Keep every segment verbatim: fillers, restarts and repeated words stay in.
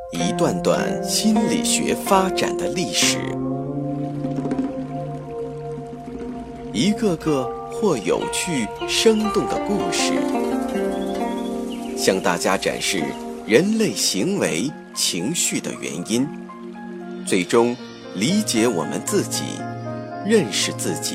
一段段心理学发展的历史，一个个或有趣生动的故事，向大家展示人类行为情绪的原因，最终理解我们自己，认识自己。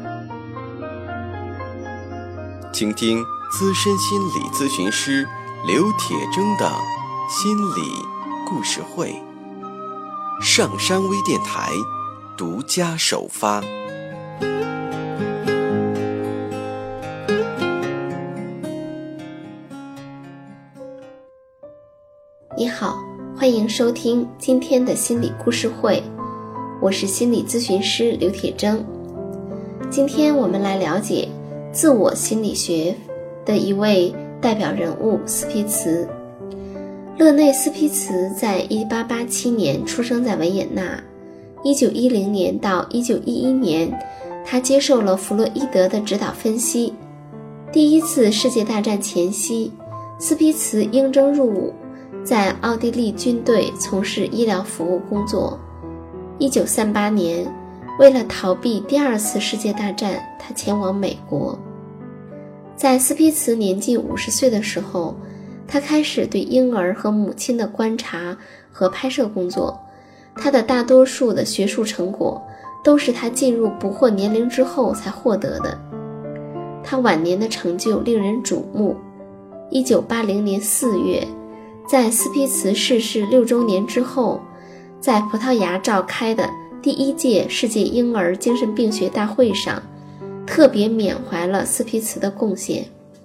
请听资深心理咨询师刘铁铮的心理故事会，上山微电台独家首发。 你好，欢迎收听今天的心理故事会，我是心理咨询师刘铁铮。今天我们来了解自我心理学的一位代表人物斯皮茨。勒内斯皮茨在一八八七年出生在维也纳，一九一零年到一九一一年，他接受了弗洛伊德的指导分析。第一次世界大战前夕，斯皮茨应征入伍，在奥地利军队从事医疗服务工作。一九三八年，为了逃避第二次世界大战，他前往美国。在斯皮茨年近五十岁的时候，他开始对婴儿和母亲的观察和拍摄工作。他的大多数的学术成果都是他进入不惑年龄之后才获得的。他晚年的成就令人瞩目。一九八零年四月，在斯皮茨逝世六周年之后，在葡萄牙召开的第一届世界婴儿精神病学大会上，特别缅怀了斯皮茨的贡献。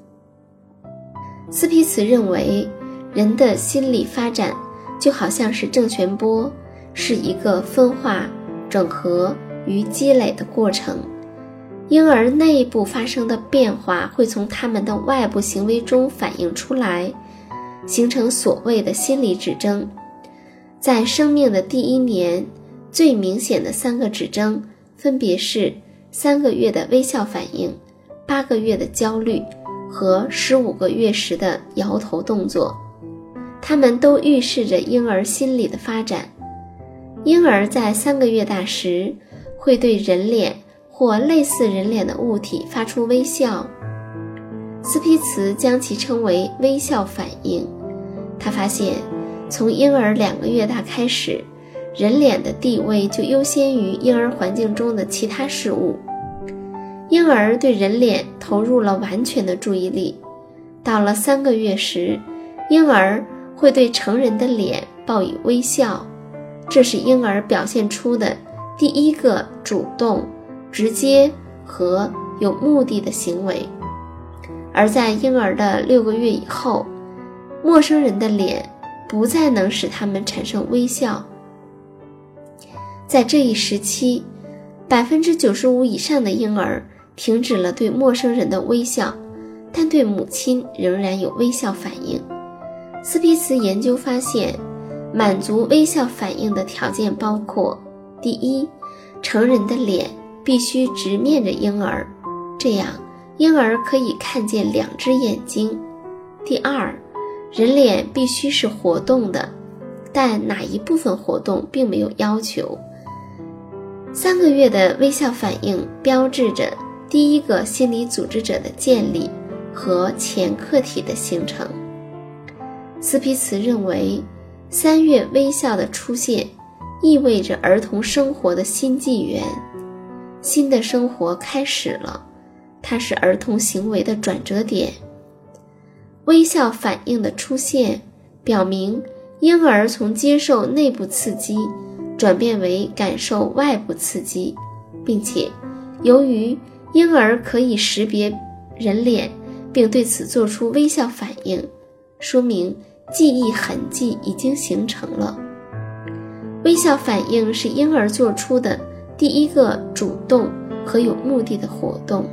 斯皮茨认为，人的心理发展就好像是正弦波，是一个分化、整合与积累的过程。婴儿内部发生的变化会从他们的外部行为中反映出来，形成所谓的心理指征。在生命的第一年，最明显的三个指征分别是三个月的微笑反应、八个月的焦虑和十五个月时的摇头动作。它们都预示着婴儿心理的发展。婴儿在三个月大时，会对人脸或类似人脸的物体发出微笑。斯皮茨将其称为微笑反应。他发现，从婴儿两个月大开始，人脸的地位就优先于婴儿环境中的其他事物。婴儿对人脸投入了完全的注意力。到了三个月时，婴儿会对成人的脸报以微笑，这是婴儿表现出的第一个主动、直接和有目的的行为。而在婴儿的六个月以后，陌生人的脸不再能使他们产生微笑。在这一时期，百分之九十五以上的婴儿停止了对陌生人的微笑，但对母亲仍然有微笑反应。斯皮茨研究发现，满足微笑反应的条件包括：第一，成人的脸必须直面着婴儿，这样婴儿可以看见两只眼睛；第二，人脸必须是活动的，但哪一部分活动并没有要求。三个月的微笑反应标志着第一个心理组织者的建立和前客体的形成。斯皮茨认为，三月微笑的出现意味着儿童生活的新纪元，新的生活开始了，它是儿童行为的转折点。微笑反应的出现表明婴儿从接受内部刺激转变为感受外部刺激，并且由于婴儿可以识别人脸并对此做出微笑反应，说明记忆痕迹已经形成了。微笑反应是婴儿做出的第一个主动和有目的的活动。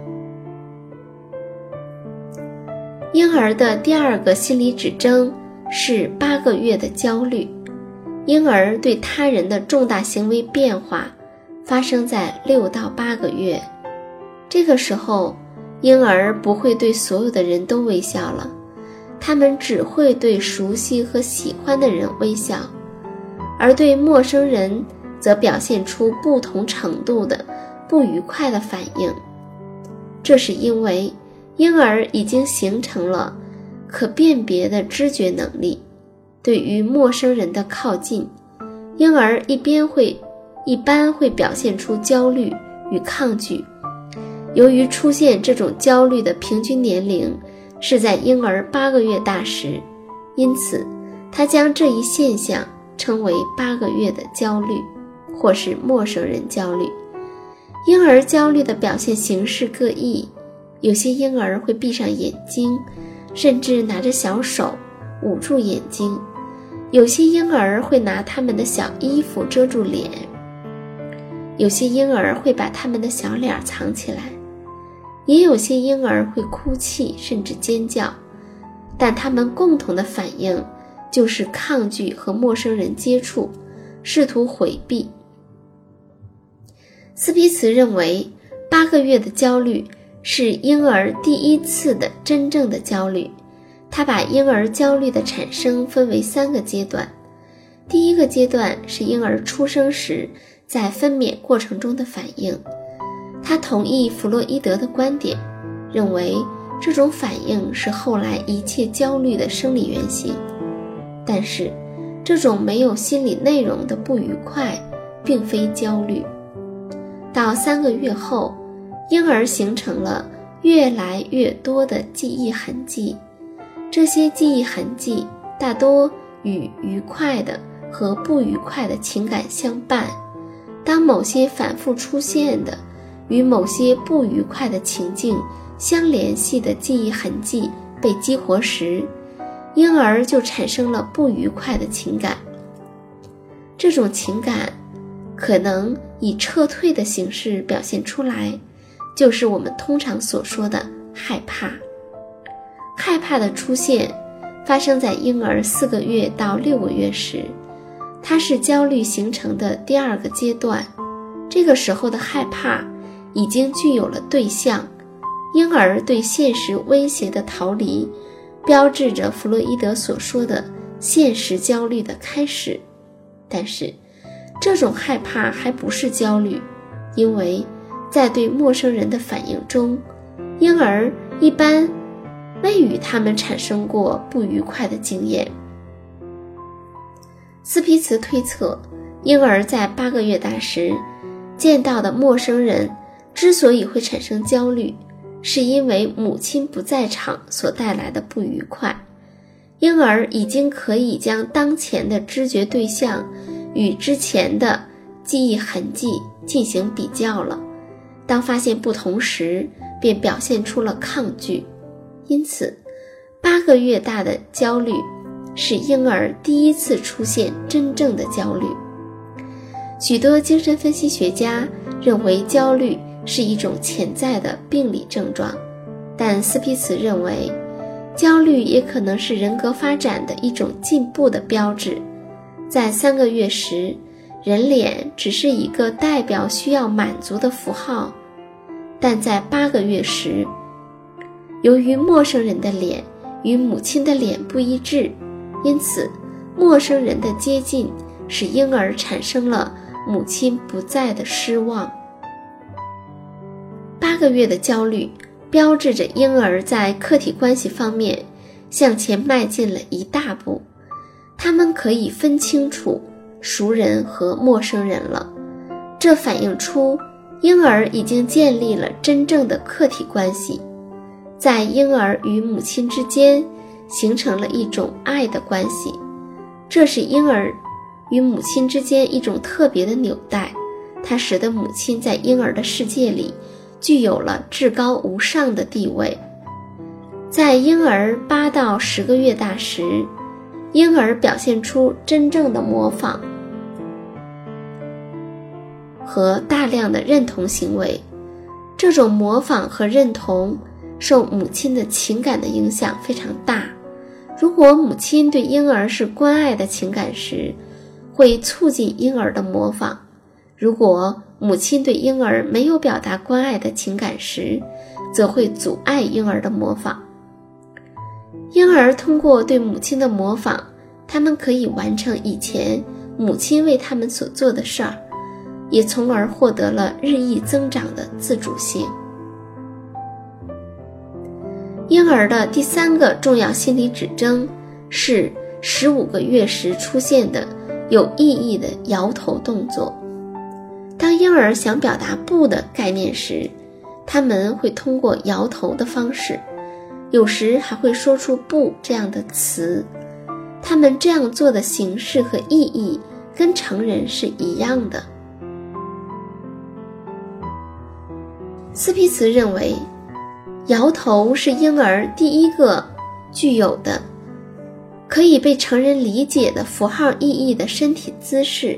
婴儿的第二个心理指征是八个月的焦虑。婴儿对他人的重大行为变化发生在六到八个月，这个时候，婴儿不会对所有的人都微笑了，他们只会对熟悉和喜欢的人微笑， 而对陌生人则表现出不同程度的不愉快的反应。这是因为婴儿已经形成了可辨别的知觉能力，对于陌生人的靠近，婴儿一边会一般会表现出焦虑与抗拒。由于出现这种焦虑的平均年龄是在婴儿八个月大时，因此他将这一现象称为八个月的焦虑，或是陌生人焦虑。婴儿焦虑的表现形式各异，有些婴儿会闭上眼睛，甚至拿着小手捂住眼睛，有些婴儿会拿他们的小衣服遮住脸，有些婴儿会把他们的小脸藏起来，也有些婴儿会哭泣甚至尖叫，但他们共同的反应就是抗拒和陌生人接触，试图回避。斯皮茨认为，八个月的焦虑是婴儿第一次的真正的焦虑。他把婴儿焦虑的产生分为三个阶段。第一个阶段是婴儿出生时在分娩过程中的反应。他同意弗洛伊德的观点，认为这种反应是后来一切焦虑的生理原型。但是，这种没有心理内容的不愉快并非焦虑。到三个月后，婴儿形成了越来越多的记忆痕迹，这些记忆痕迹大多与愉快的和不愉快的情感相伴。当某些反复出现的与某些不愉快的情境相联系的记忆痕迹被激活时，婴儿就产生了不愉快的情感。这种情感可能以撤退的形式表现出来，就是我们通常所说的害怕。害怕的出现发生在婴儿四个月到六个月时，它是焦虑形成的第二个阶段。这个时候的害怕已经具有了对象，婴儿对现实威胁的逃离标志着弗洛伊德所说的现实焦虑的开始。但是这种害怕还不是焦虑，因为在对陌生人的反应中，婴儿一般未与他们产生过不愉快的经验。斯皮茨推测，婴儿在八个月大时见到的陌生人之所以会产生焦虑，是因为母亲不在场所带来的不愉快。婴儿已经可以将当前的知觉对象与之前的记忆痕迹进行比较了，当发现不同时，便表现出了抗拒。因此，八个月大的焦虑是婴儿第一次出现真正的焦虑。许多精神分析学家认为焦虑是一种潜在的病理症状，但斯皮茨认为，焦虑也可能是人格发展的一种进步的标志。在三个月时，人脸只是一个代表需要满足的符号，但在八个月时，由于陌生人的脸与母亲的脸不一致，因此陌生人的接近使婴儿产生了母亲不在的失望。八个月的焦虑标志着婴儿在客体关系方面向前迈进了一大步，他们可以分清楚熟人和陌生人了。这反映出婴儿已经建立了真正的客体关系，在婴儿与母亲之间形成了一种爱的关系，这是婴儿与母亲之间一种特别的纽带，它使得母亲在婴儿的世界里具有了至高无上的地位。在婴儿八到十个月大时，婴儿表现出真正的模仿和大量的认同行为。这种模仿和认同受母亲的情感的影响非常大。如果母亲对婴儿是关爱的情感时，会促进婴儿的模仿；如果母亲对婴儿没有表达关爱的情感时，则会阻碍婴儿的模仿。婴儿通过对母亲的模仿，他们可以完成以前母亲为他们所做的事儿，也从而获得了日益增长的自主性。婴儿的第三个重要心理指征是十五个月时出现的有意义的摇头动作。当婴儿想表达不的概念时，他们会通过摇头的方式，有时还会说出不这样的词。他们这样做的形式和意义跟成人是一样的。斯皮茨认为，摇头是婴儿第一个具有的可以被成人理解的符号意义的身体姿势。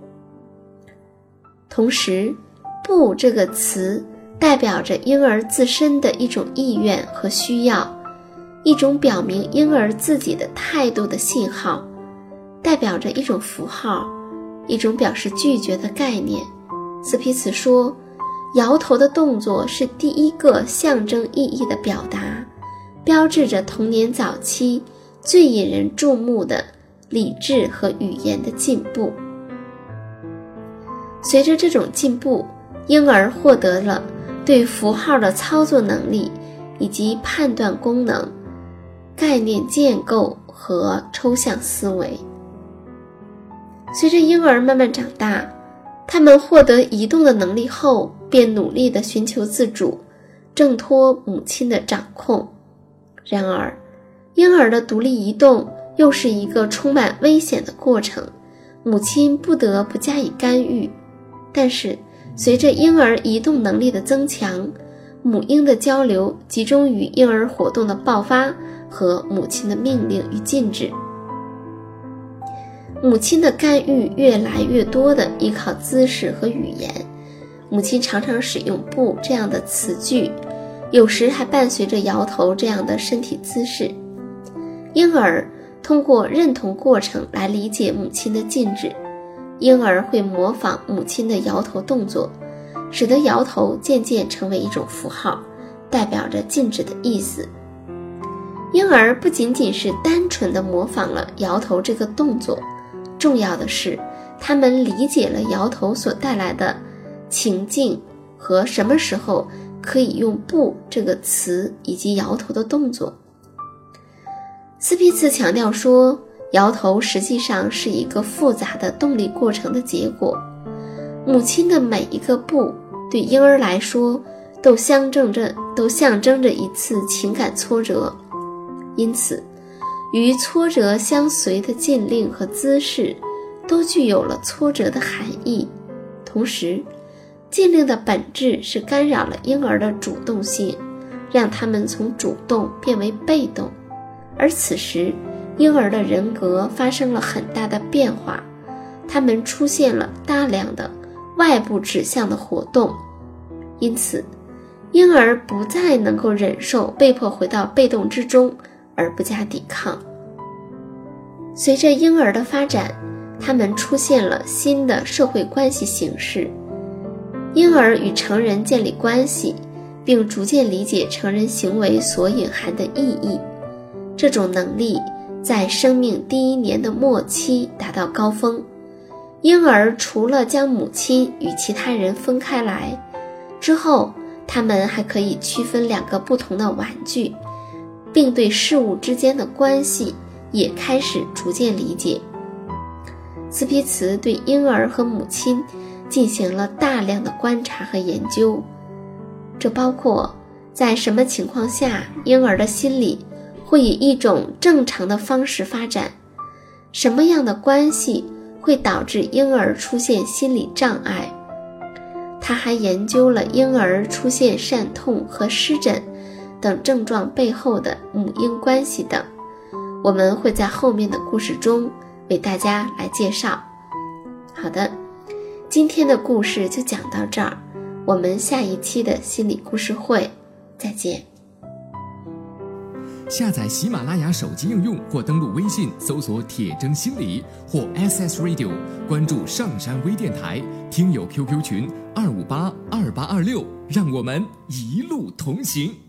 同时，不这个词代表着婴儿自身的一种意愿和需要，一种表明婴儿自己的态度的信号，代表着一种符号，一种表示拒绝的概念。斯皮茨说，摇头的动作是第一个象征意义的表达，标志着童年早期最引人注目的理智和语言的进步。随着这种进步，婴儿获得了对符号的操作能力以及判断功能、概念建构和抽象思维。随着婴儿慢慢长大，他们获得移动的能力后，便努力地寻求自主，挣脱母亲的掌控。然而，婴儿的独立移动又是一个充满危险的过程，母亲不得不加以干预。但是，随着婴儿移动能力的增强，母婴的交流集中于婴儿活动的爆发和母亲的命令与禁止。母亲的干预越来越多地依靠姿势和语言，母亲常常使用不这样的词句，有时还伴随着摇头这样的身体姿势。婴儿通过认同过程来理解母亲的禁止，婴儿会模仿母亲的摇头动作，使得摇头渐渐成为一种符号，代表着禁止的意思。婴儿不仅仅是单纯地模仿了摇头这个动作，重要的是他们理解了摇头所带来的情境和什么时候可以用不这个词以及摇头的动作。斯皮茨强调说，摇头实际上是一个复杂的动力过程的结果，母亲的每一个不对婴儿来说都象征着都象征着一次情感挫折，因此与挫折相随的禁令和姿势都具有了挫折的含义。同时，禁令的本质是干扰了婴儿的主动性，让他们从主动变为被动，而此时婴儿的人格发生了很大的变化，他们出现了大量的外部指向的活动，因此婴儿不再能够忍受被迫回到被动之中而不加抵抗。随着婴儿的发展，他们出现了新的社会关系形式，婴儿与成人建立关系，并逐渐理解成人行为所隐含的意义。这种能力在生命第一年的末期达到高峰。婴儿除了将母亲与其他人分开来之后，他们还可以区分两个不同的玩具，并对事物之间的关系也开始逐渐理解。斯皮茨对婴儿和母亲进行了大量的观察和研究，这包括在什么情况下婴儿的心理会以一种正常的方式发展，什么样的关系会导致婴儿出现心理障碍。他还研究了婴儿出现疝痛和湿疹等症状背后的母婴关系等，我们会在后面的故事中为大家来介绍。好的，今天的故事就讲到这儿，我们下一期的心理故事会再见。 下载喜马拉雅手机应用或登录微信搜索铁铮心理或 S S Radio， 关注上山微电台，听友 Q Q 群二五八二八二六，让我们一路同行。